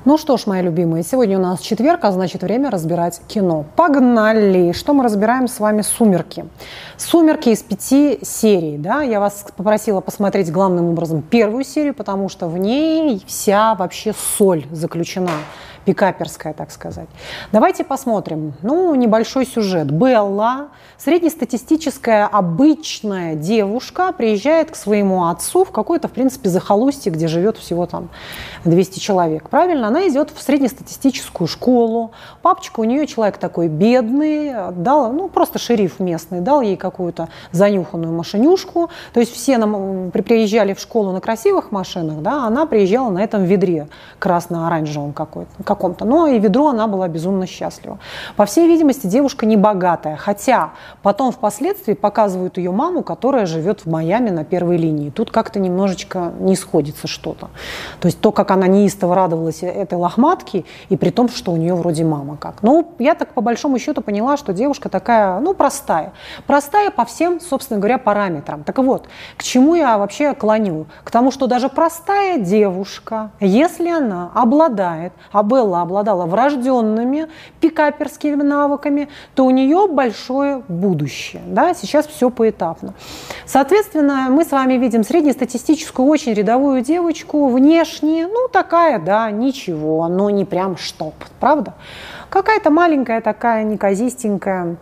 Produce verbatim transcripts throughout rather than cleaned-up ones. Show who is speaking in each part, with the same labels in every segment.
Speaker 1: Ну что ж, мои любимые, сегодня у нас четверг, а значит время разбирать кино. Погнали! Что мы разбираем с вами? «Сумерки». «Сумерки» из пяти серий. Да? Я вас попросила посмотреть главным образом первую серию, потому что в ней вся вообще соль заключена. Пикаперская, так сказать. Давайте посмотрим. Ну, небольшой сюжет. Белла, среднестатистическая обычная девушка, приезжает к своему отцу в какое-то, в принципе, захолустье, где живет всего там двести человек. Правильно? Она идет в среднестатистическую школу. Папочка у нее человек такой бедный, дал, ну, просто шериф местный, дал ей какую-то занюханную машинюшку. То есть все нам приезжали в школу на красивых машинах, да, она приезжала на этом ведре красно-оранжевом какой-то. каком-то. Но и ведро она была безумно счастлива. По всей видимости, девушка не богатая, хотя потом впоследствии показывают ее маму, которая живет в Майами на первой линии. Тут как-то немножечко не сходится что-то. То есть то, как она неистово радовалась этой лохматке, и при том, что у нее вроде мама как. Ну, я так по большому счету поняла, что девушка такая, ну, простая. Простая по всем, собственно говоря, параметрам. Так вот, к чему я вообще клоню? К тому, что даже простая девушка, если она обладает, а Белла обладала врожденными пикаперскими навыками, то у нее большое будущее. Да? Сейчас все поэтапно. Соответственно, мы с вами видим среднестатистическую, очень рядовую девочку, внешне, ну, такая, да, ничего, но не прям штоп, правда? Какая-то маленькая такая, неказистенькая,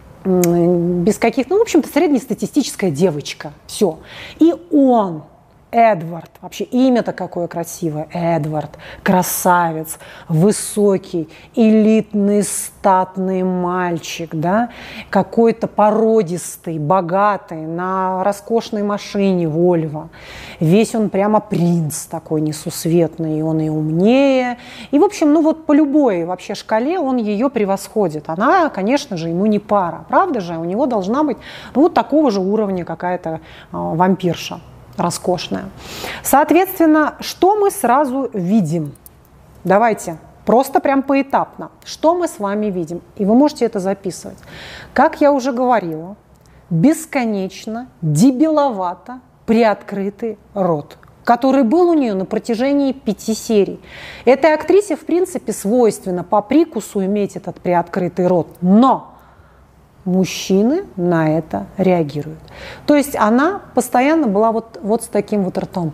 Speaker 1: без каких, ну, в общем-то, среднестатистическая девочка. Все. И он, Эдвард, вообще имя-то какое красивое, Эдвард, красавец, высокий, элитный, статный мальчик, да, какой-то породистый, богатый, на роскошной машине Вольво. Весь он прямо принц такой несусветный, и он и умнее. И, в общем, ну вот по любой вообще шкале он ее превосходит. Она, конечно же, ему не пара, правда же? У него должна быть, ну, вот такого же уровня какая-то э, вампирша. Роскошная. Соответственно, что мы сразу видим? Давайте, просто прям поэтапно. Что мы с вами видим? И вы можете это записывать. Как я уже говорила, бесконечно, дебиловато приоткрытый рот, который был у нее на протяжении пяти серий. Этой актрисе, в принципе, свойственно по прикусу иметь этот приоткрытый рот. Но мужчины на это реагируют. То есть она постоянно была вот, вот с таким вот ртом.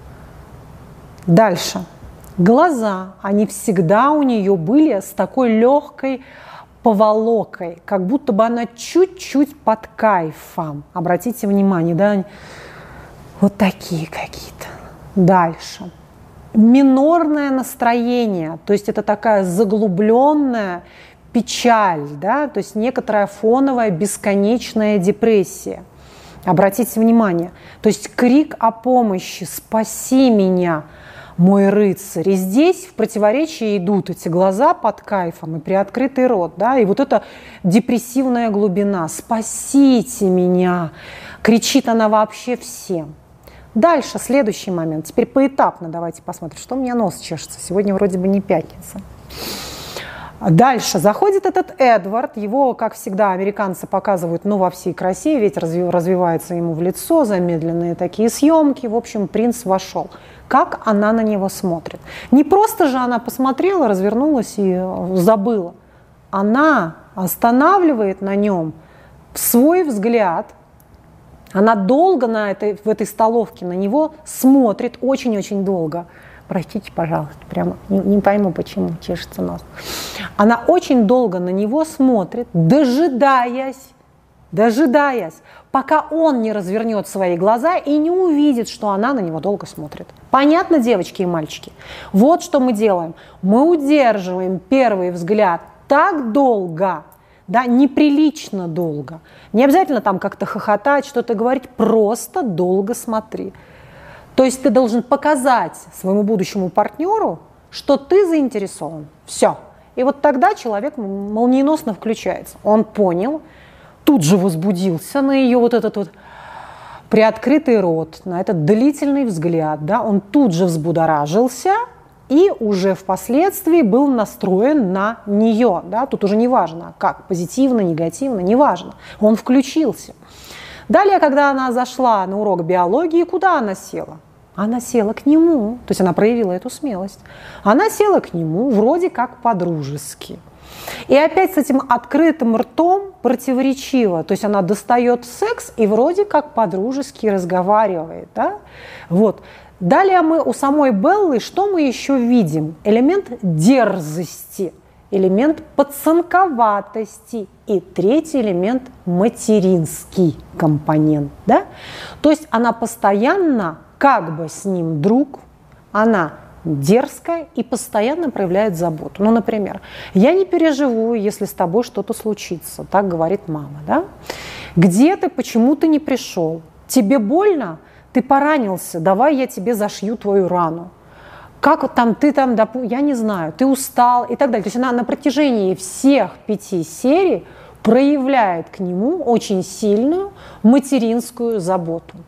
Speaker 1: Дальше. Глаза, они всегда у нее были с такой легкой поволокой, как будто бы она чуть-чуть под кайфом. Обратите внимание, да? Вот такие какие-то. Дальше. Минорное настроение, то есть это такая заглубленная печаль, да, то есть некоторая фоновая бесконечная депрессия. Обратите внимание, то есть крик о помощи, спаси меня, мой рыцарь. И здесь в противоречии идут эти глаза под кайфом и приоткрытый рот, да, и вот эта депрессивная глубина, спасите меня, кричит она вообще всем. Дальше, следующий момент, теперь поэтапно давайте посмотрим, что у меня нос чешется, сегодня вроде бы не пятница. Дальше заходит этот Эдвард, его, как всегда, американцы показывают, ну, во всей красе, ведь развивается ему в лицо, замедленные такие съемки, в общем, принц вошел. Как она на него смотрит? Не просто же она посмотрела, развернулась и забыла. Она останавливает на нем свой взгляд, она долго на этой, в этой столовке на него смотрит, очень-очень долго. Простите, пожалуйста, прямо не, не пойму, почему чешется нос. Она очень долго на него смотрит, дожидаясь, дожидаясь, пока он не развернет свои глаза и не увидит, что она на него долго смотрит. Понятно, девочки и мальчики? Вот что мы делаем. Мы удерживаем первый взгляд так долго, да, неприлично долго. Не обязательно там как-то хохотать, что-то говорить, просто долго смотри. То есть ты должен показать своему будущему партнеру, что ты заинтересован. Все. И вот тогда человек молниеносно включается. Он понял, тут же возбудился на ее вот этот вот приоткрытый рот, на этот длительный взгляд. Да? Он тут же взбудоражился и уже впоследствии был настроен на нее. Да? Тут уже не важно, как, позитивно, негативно, не важно. Он включился. Далее, когда она зашла на урок биологии, куда она села? Она села к нему, то есть она проявила эту смелость. Она села к нему вроде как по-дружески. И опять с этим открытым ртом противоречиво. То есть она достает секс и вроде как по-дружески разговаривает. Да? Вот. Далее мы у самой Беллы что мы еще видим? Элемент дерзости, элемент пацанковатости и третий элемент материнский компонент. Да? То есть она постоянно как бы с ним друг, она дерзкая и постоянно проявляет заботу. Ну, например, я не переживу, если с тобой что-то случится, так говорит мама, да? Где ты, почему ты не пришел? Тебе больно? Ты поранился, давай я тебе зашью твою рану. Как там ты там, я не знаю, ты устал и так далее. То есть она на протяжении всех пяти серий проявляет к нему очень сильную материнскую заботу.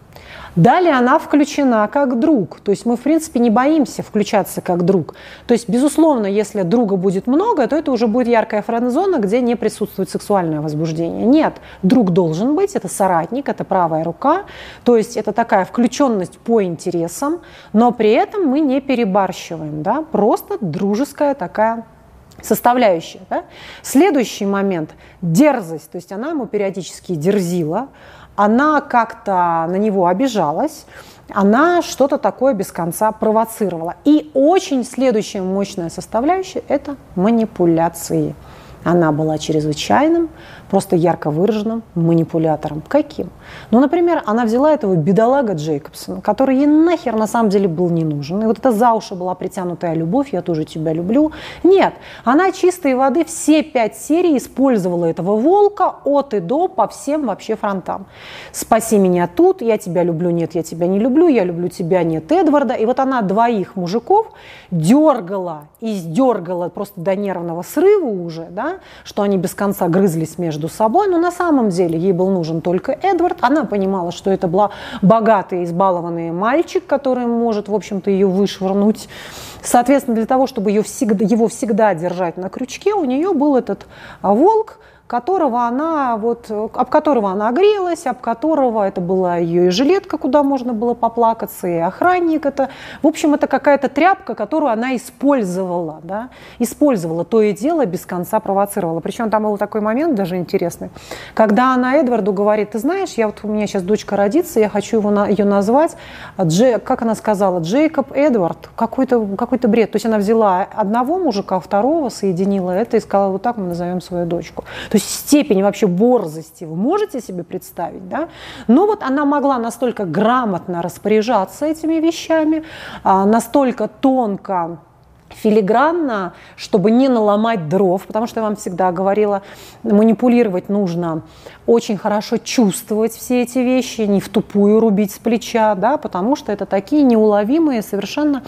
Speaker 1: Далее она включена как друг, то есть мы, в принципе, не боимся включаться как друг. То есть, безусловно, если друга будет много, то это уже будет яркая френд-зона, где не присутствует сексуальное возбуждение. Нет, друг должен быть, это соратник, это правая рука, то есть это такая включенность по интересам, но при этом мы не перебарщиваем, да? Просто дружеская такая составляющая. Да? Следующий момент – дерзость, то есть она ему периодически дерзила, она как-то на него обижалась, она что-то такое без конца провоцировала. И очень следующая мощная составляющая – это манипуляции. Она была чрезвычайным, просто ярко выраженным манипулятором. Каким? Ну, например, она взяла этого бедолага Джейкобсона, который ей нахер на самом деле был не нужен. И вот эта за уши была притянутая любовь, я тоже тебя люблю. Нет, она чистой воды все пять серий использовала этого волка от и до по всем вообще фронтам. Спаси меня тут, я тебя люблю, нет, я тебя не люблю, я люблю тебя, нет, Эдварда. И вот она двоих мужиков дергала и сдергала просто до нервного срыва уже, да, что они без конца грызлись между собой, но на самом деле ей был нужен только Эдвард. Она понимала, что это был богатый, избалованный мальчик, который может, в общем-то, ее вышвырнуть. Соответственно, для того, чтобы ее всегда, его всегда держать на крючке, у нее был этот волк, которого она, вот, об которого она грелась, об которого это была ее и жилетка, куда можно было поплакаться, и охранник. Это, в общем, это какая-то тряпка, которую она использовала, да? Использовала то и дело, без конца провоцировала. Причем там был такой момент даже интересный, когда она Эдварду говорит: ты знаешь, я вот, у меня сейчас дочка родится, я хочу его, на, ее назвать, Дже, как она сказала, Джейкоб Эдвард, какой-то, какой-то бред. То есть она взяла одного мужика, второго, соединила это и сказала: вот так мы назовем свою дочку. То есть степень вообще борзости вы можете себе представить, да? Но вот она могла настолько грамотно распоряжаться этими вещами, настолько тонко, филигранно, чтобы не наломать дров, потому что я вам всегда говорила, манипулировать нужно очень хорошо чувствовать все эти вещи, не в тупую рубить с плеча, да, потому что это такие неуловимые, совершенно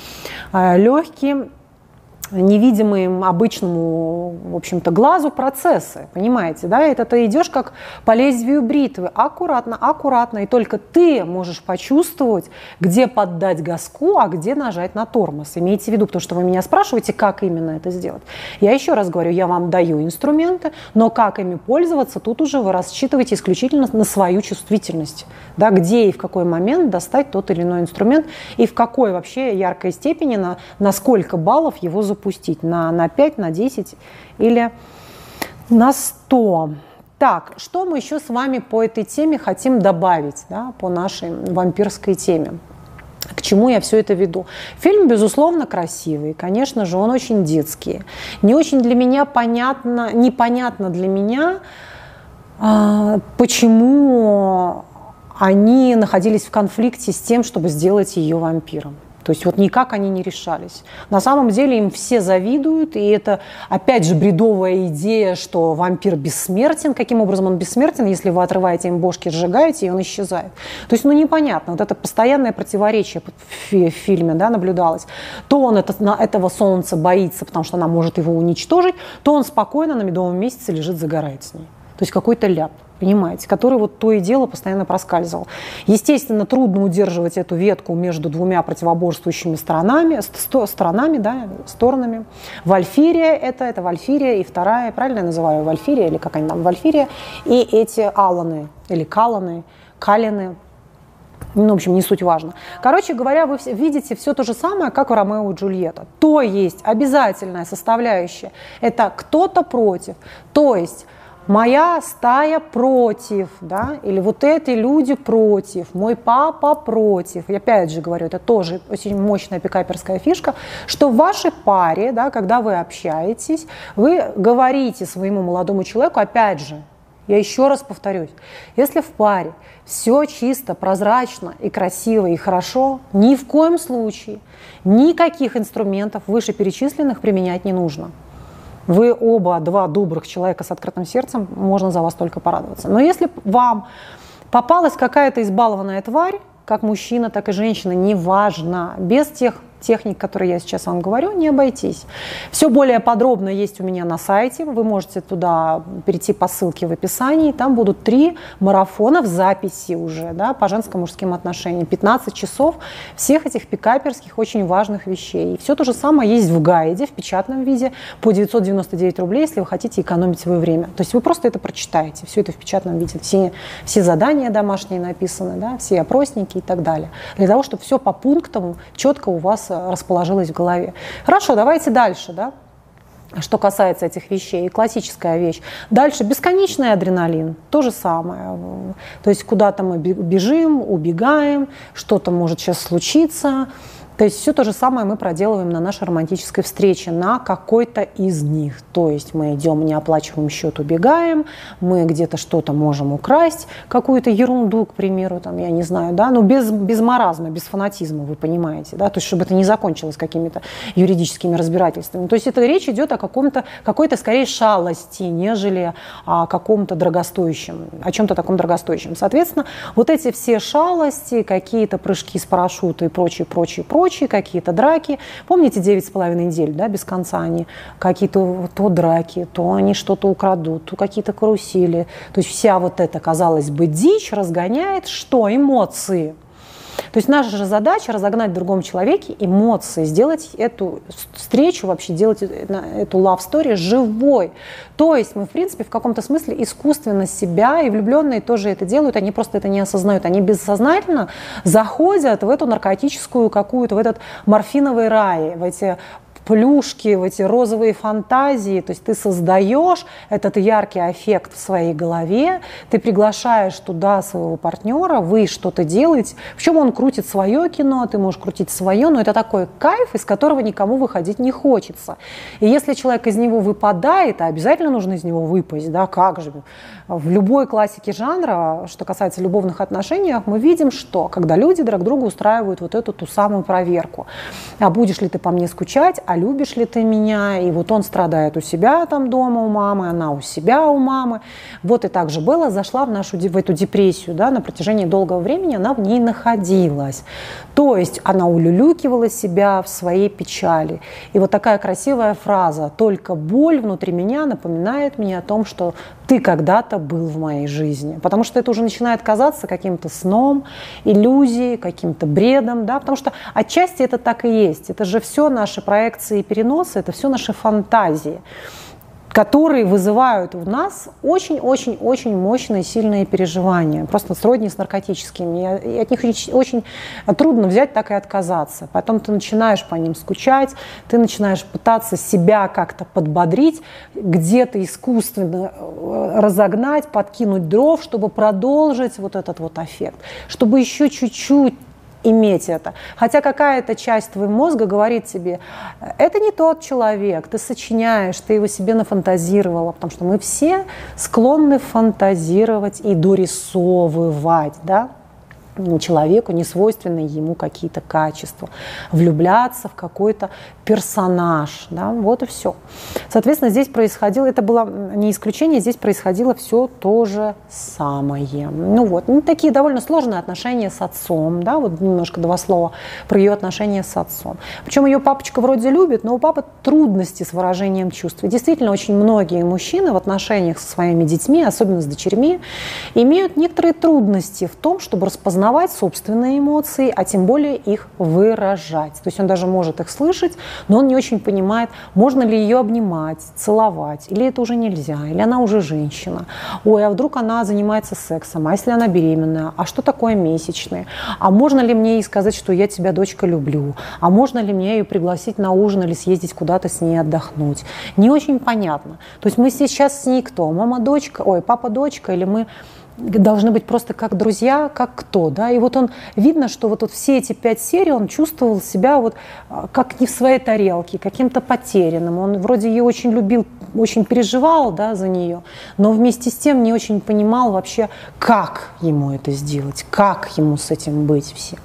Speaker 1: легкие, невидимые обычному, в общем-то, глазу процессы, понимаете, да, это ты идешь как по лезвию бритвы, аккуратно, аккуратно, и только ты можешь почувствовать, где поддать газку, а где нажать на тормоз. Имейте в виду, потому что вы меня спрашиваете, как именно это сделать. Я еще раз говорю, я вам даю инструменты, но как ими пользоваться, тут уже вы рассчитываете исключительно на свою чувствительность, да, где и в какой момент достать тот или иной инструмент, и в какой вообще яркой степени, на, на сколько баллов его запустить. Пустить на, на пять, на десять или на сто. Так, что мы еще с вами по этой теме хотим добавить, да, по нашей вампирской теме? К чему я все это веду? Фильм, безусловно, красивый. Конечно же, он очень детский. Не очень для меня понятно, непонятно для меня, почему они находились в конфликте с тем, чтобы сделать ее вампиром. То есть вот никак они не решались. На самом деле им все завидуют, и это, опять же, бредовая идея, что вампир бессмертен. Каким образом он бессмертен, если вы отрываете им бошки, сжигаете, и он исчезает? То есть, ну, непонятно. Вот это постоянное противоречие в фильме, да, наблюдалось. То он это, на этого солнца боится, потому что она может его уничтожить, то он спокойно на медовом месяце лежит, загорает с ней. То есть какой-то ляп, понимаете, который вот то и дело постоянно проскальзывал. Естественно, трудно удерживать эту ветку между двумя противоборствующими сторонами, сто, сторонами, да, сторонами. Вальфирия это, это Вальфирия, и вторая, правильно я называю, Вальфирия, или как они там, Вальфирия, и эти Аланы, или Каланы, Калины. Ну, в общем, не суть важно. Короче говоря, вы видите все то же самое, как у Ромео и Джульетта. То есть обязательная составляющая – это кто-то против. То есть моя стая против, да, или вот эти люди против, мой папа против. И опять же говорю, это тоже очень мощная пикаперская фишка, что в вашей паре, да, когда вы общаетесь, вы говорите своему молодому человеку, опять же, я еще раз повторюсь, если в паре все чисто, прозрачно и красиво и хорошо, ни в коем случае никаких инструментов вышеперечисленных применять не нужно. Вы оба два добрых человека с открытым сердцем, можно за вас только порадоваться. Но если вам попалась какая-то избалованная тварь, как мужчина, так и женщина, неважно, без тех техник, которые я сейчас вам говорю, не обойтись. Все более подробно есть у меня на сайте. Вы можете туда перейти по ссылке в описании. Там будут три марафона в записи уже, да, по женско-мужским отношениям. пятнадцать часов всех этих пикаперских очень важных вещей. И все то же самое есть в гайде, в печатном виде, по девятьсот девяносто девять рублей, если вы хотите экономить свое время. То есть вы просто это прочитаете. Все это в печатном виде. Все, все задания домашние написаны, да, все опросники и так далее. Для того, чтобы все по пунктам четко у вас расположилось в голове. Хорошо, давайте дальше, да? Что касается этих вещей, классическая вещь. Дальше бесконечный адреналин, то же самое. То есть куда-то мы бежим, убегаем, что-то может сейчас случиться. То есть все то же самое мы проделываем на нашей романтической встрече, на какой-то из них. То есть мы идем, не оплачиваем счет, убегаем, мы где-то что-то можем украсть, какую-то ерунду, к примеру, там, я не знаю, да, но без, без маразма, без фанатизма, вы понимаете, да, то есть чтобы это не закончилось какими-то юридическими разбирательствами. То есть это речь идет о каком-то, какой-то скорее шалости, нежели о каком-то дорогостоящем, о чем-то таком дорогостоящем. Соответственно, вот эти все шалости, какие-то прыжки с парашюта и прочее, прочее, прочее, какие-то драки. Помните, девять с половиной недель, да, без конца они какие-то то драки, то они что-то украдут, то какие-то карусели. То есть вся вот эта, казалось бы, дичь разгоняет что? Эмоции. То есть наша же задача разогнать в другом человеке эмоции, сделать эту встречу, вообще делать эту love story живой. То есть мы, в принципе, в каком-то смысле искусственно себя, и влюбленные тоже это делают, они просто это не осознают, они бессознательно заходят в эту наркотическую какую-то, в этот морфиновый рай, в эти плюшки, в эти розовые фантазии, то есть ты создаешь этот яркий аффект в своей голове, ты приглашаешь туда своего партнера, вы что-то делаете, причем он крутит свое кино, ты можешь крутить свое, но это такой кайф, из которого никому выходить не хочется. И если человек из него выпадает, а обязательно нужно из него выпасть, да, как же, в любой классике жанра, что касается любовных отношений, мы видим, что когда люди друг другу устраивают вот эту ту самую проверку, а будешь ли ты по мне скучать, а любишь ли ты меня, и вот он страдает у себя там дома у мамы, она у себя у мамы. Вот и так же Белла зашла в, нашу, в эту депрессию, да, на протяжении долгого времени она в ней находилась. То есть она улюлюкивала себя в своей печали. И вот такая красивая фраза: «Только боль внутри меня напоминает мне о том, что ты когда-то был в моей жизни». Потому что это уже начинает казаться каким-то сном, иллюзией, каким-то бредом, да, потому что отчасти это так и есть. Это же все наши проекции и переносы, это все наши фантазии, которые вызывают у нас очень-очень-очень мощные, сильные переживания, просто сродни с наркотическими. И от них очень трудно взять, так и отказаться. Потом ты начинаешь по ним скучать, ты начинаешь пытаться себя как-то подбодрить, где-то искусственно разогнать, подкинуть дров, чтобы продолжить вот этот вот эффект, чтобы еще чуть-чуть иметь это. Хотя какая-то часть твоего мозга говорит тебе: это не тот человек, ты сочиняешь, ты его себе нафантазировала, потому что мы все склонны фантазировать и дорисовывать, да? Человеку не свойственны ему какие-то качества, влюбляться в какой-то персонаж, да, вот и все. Соответственно, здесь происходило, это было не исключение, здесь происходило все то же самое. Ну вот, ну, такие довольно сложные отношения с отцом, да, вот немножко два слова про ее отношения с отцом. Причем ее папочка вроде любит, но у папы трудности с выражением чувств. И действительно, очень многие мужчины в отношениях со своими детьми, особенно с дочерьми, имеют некоторые трудности в том, чтобы распознать осознавать собственные эмоции, а тем более их выражать. То есть он даже может их слышать, но он не очень понимает, можно ли ее обнимать, целовать, или это уже нельзя, или она уже женщина. Ой, а вдруг она занимается сексом, а если она беременная, а что такое месячные? А можно ли мне ей сказать, что я тебя, дочка, люблю? А можно ли мне ее пригласить на ужин или съездить куда-то с ней отдохнуть? Не очень понятно. То есть мы сейчас с ней кто? Мама, дочка, ой, папа, дочка, или мы должны быть просто как друзья, как кто, да, и вот он, видно, что вот, вот все эти пять серий он чувствовал себя вот как не в своей тарелке, каким-то потерянным, он вроде ее очень любил, очень переживал, да, за нее, но вместе с тем не очень понимал вообще, как ему это сделать, как ему с этим быть всем.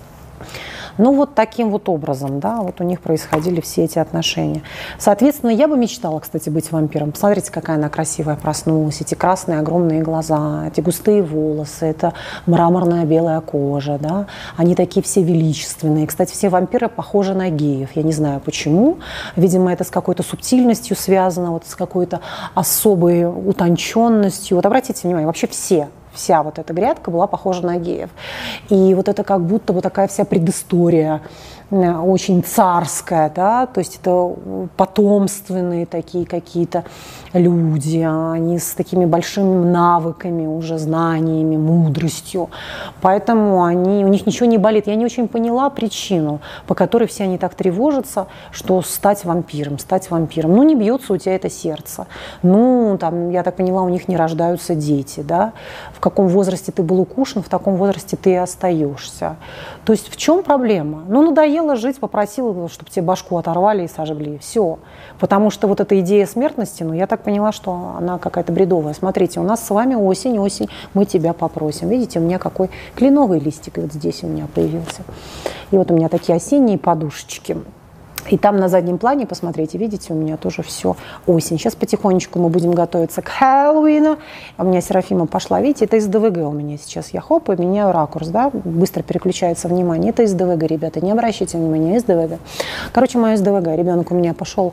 Speaker 1: Ну, вот таким вот образом, да, вот у них происходили все эти отношения. Соответственно, я бы мечтала, кстати, быть вампиром. Посмотрите, какая она красивая проснулась. Эти красные огромные глаза, эти густые волосы, это мраморная белая кожа, да. Они такие все величественные. Кстати, все вампиры похожи на геев. Я не знаю, почему. Видимо, это с какой-то субтильностью связано, вот с какой-то особой утонченностью. Вот обратите внимание, вообще все. Вся вот эта грядка была похожа на геев. И вот это как будто бы такая вся предыстория, очень царская, да, то есть это потомственные такие какие-то люди, они с такими большими навыками, уже знаниями, мудростью. Поэтому они, у них ничего не болит. Я не очень поняла причину, по которой все они так тревожатся, что стать вампиром, стать вампиром. Ну, не бьется у тебя это сердце. Ну, там, я так поняла, у них не рождаются дети, да. В каком возрасте ты был укушен, в таком возрасте ты и остаешься. То есть в чем проблема? Ну, надоело жить, попросила, чтобы тебе башку оторвали и сожгли. Все. Потому что вот эта идея смертности, ну, я так поняла, что она какая-то бредовая. Смотрите, у нас с вами осень, осень, мы тебя попросим. Видите, у меня какой кленовый листик вот здесь у меня появился. И вот у меня такие осенние подушечки. И там на заднем плане, посмотрите, видите, у меня тоже все осень. Сейчас потихонечку мы будем готовиться к Хэллоуину. У меня Серафима пошла, видите, это из ДВГ у меня сейчас. Я хоп, и меняю ракурс, да, быстро переключается внимание. Это из ДВГ, ребята, не обращайте внимания, из ДВГ. Короче, мое из ДВГ. Ребенок у меня пошел,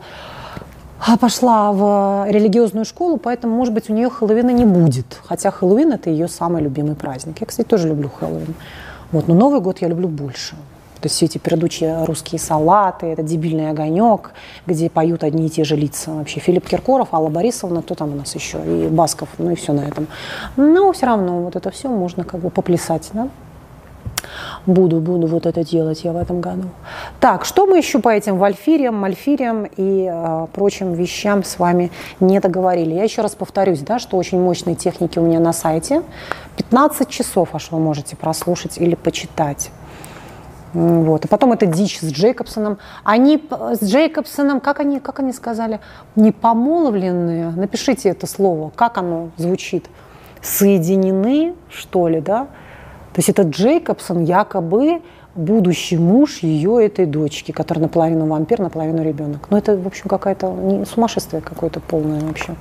Speaker 1: пошла в религиозную школу, поэтому, может быть, у нее Хэллоуина не будет. Хотя Хэллоуин – это ее самый любимый праздник. Я, кстати, тоже люблю Хэллоуин. Вот, но Новый год я люблю больше. То есть все эти предыдущие русские салаты, это дебильный огонек, где поют одни и те же лица. Вообще Филипп Киркоров, Алла Борисовна, кто там у нас еще, и Басков, ну и все на этом. Но все равно вот это все можно как бы поплясать, да? Буду, буду вот это делать я в этом году. Так, что мы еще по этим вальфириям, мальфириям и э, прочим вещам с вами не договорили? Я еще раз повторюсь, да, что очень мощные техники у меня на сайте. пятнадцать часов аж вы можете прослушать или почитать. Вот. И потом это дичь с Джейкобсоном. Они с Джейкобсоном, как они, как они сказали, не помолвленные, напишите это слово, как оно звучит, соединены, что ли, да? То есть этот Джейкобсон якобы будущий муж ее этой дочки, которая наполовину вампир, наполовину ребенок. Ну это, в общем, какая-то не, сумасшествие какое-то полное вообще.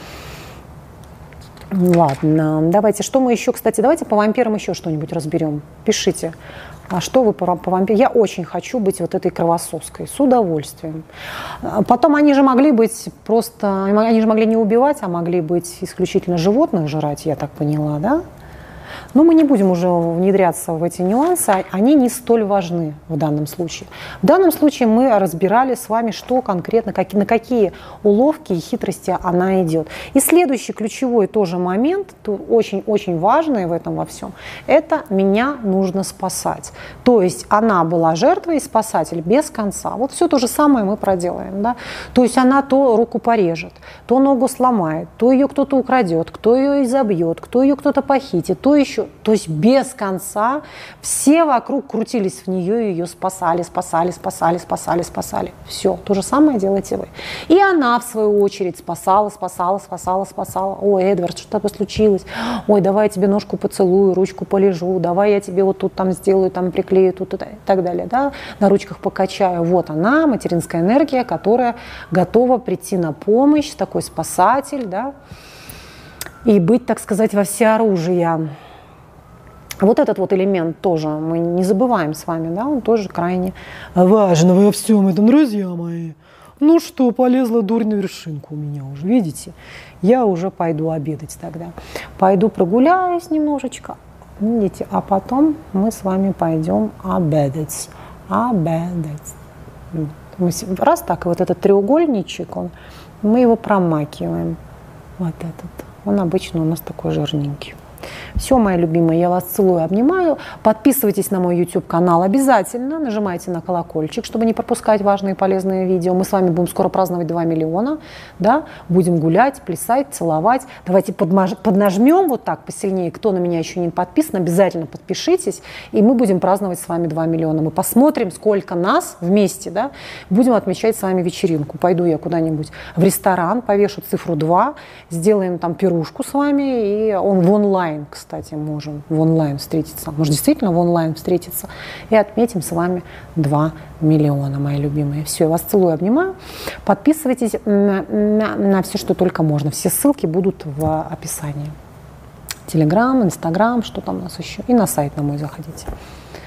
Speaker 1: Ладно, давайте, что мы еще, кстати, давайте по вампирам еще что-нибудь разберем. Пишите. А что вы по, по вампирам? Я очень хочу быть вот этой кровосоской, с удовольствием. Потом они же могли быть просто, они же могли не убивать, а могли быть исключительно животных жрать, я так поняла, да? Но мы не будем уже внедряться в эти нюансы, они не столь важны в данном случае. В данном случае мы разбирали с вами, что конкретно, как, на какие уловки и хитрости она идет. И следующий ключевой тоже момент, очень-очень важный в этом во всем, это меня нужно спасать. То есть она была жертвой и спасатель без конца. Вот все то же самое мы проделаем. Да? То есть она то руку порежет, то ногу сломает, то ее кто-то украдет, кто ее изобьет, кто ее кто-то похитит, то еще. То есть без конца все вокруг крутились в нее, ее спасали, спасали, спасали, спасали, спасали. Все, то же самое делаете вы. И она, в свою очередь, спасала, спасала, спасала, спасала. Ой, Эдвард, что такое случилось? Ой, давай я тебе ножку поцелую, ручку полежу, давай я тебе вот тут там сделаю, там приклею, тут и так далее. Да? На ручках покачаю. Вот она, материнская энергия, которая готова прийти на помощь, такой спасатель, да? И быть, так сказать, во всеоружии. Вот этот вот элемент тоже мы не забываем с вами, да, он тоже крайне важен во всем этом, друзья мои. Ну что, полезла дурь на вершинку у меня уже, видите? Я уже пойду обедать тогда. Пойду прогуляюсь немножечко, Видите, а потом мы с вами пойдем обедать. Обедать. Мы раз так, и вот этот треугольничек, он, мы его промакиваем. Вот этот. Он обычно у нас такой жирненький. Все, мои любимые, я вас целую, обнимаю. Подписывайтесь на мой YouTube-канал обязательно. Нажимайте на колокольчик, чтобы не пропускать важные и полезные видео. Мы с вами будем скоро праздновать два миллиона. Да? Будем гулять, плясать, целовать. Давайте подмаж... поднажмем вот так посильнее. Кто на меня еще не подписан, обязательно подпишитесь. И мы будем праздновать с вами два миллиона. Мы посмотрим, сколько нас вместе. Да? Будем отмечать с вами вечеринку. Пойду я куда-нибудь в ресторан, повешу цифру два, сделаем там пирушку с вами. И он в онлайн, кстати. Кстати, можем в онлайн встретиться. Может, действительно в онлайн встретиться. И отметим с вами два миллиона, мои любимые. Все, я вас целую, обнимаю. Подписывайтесь на, на, на все, что только можно. Все ссылки будут в описании. Телеграм, Инстаграм, что там у нас еще. И на сайт на мой заходите.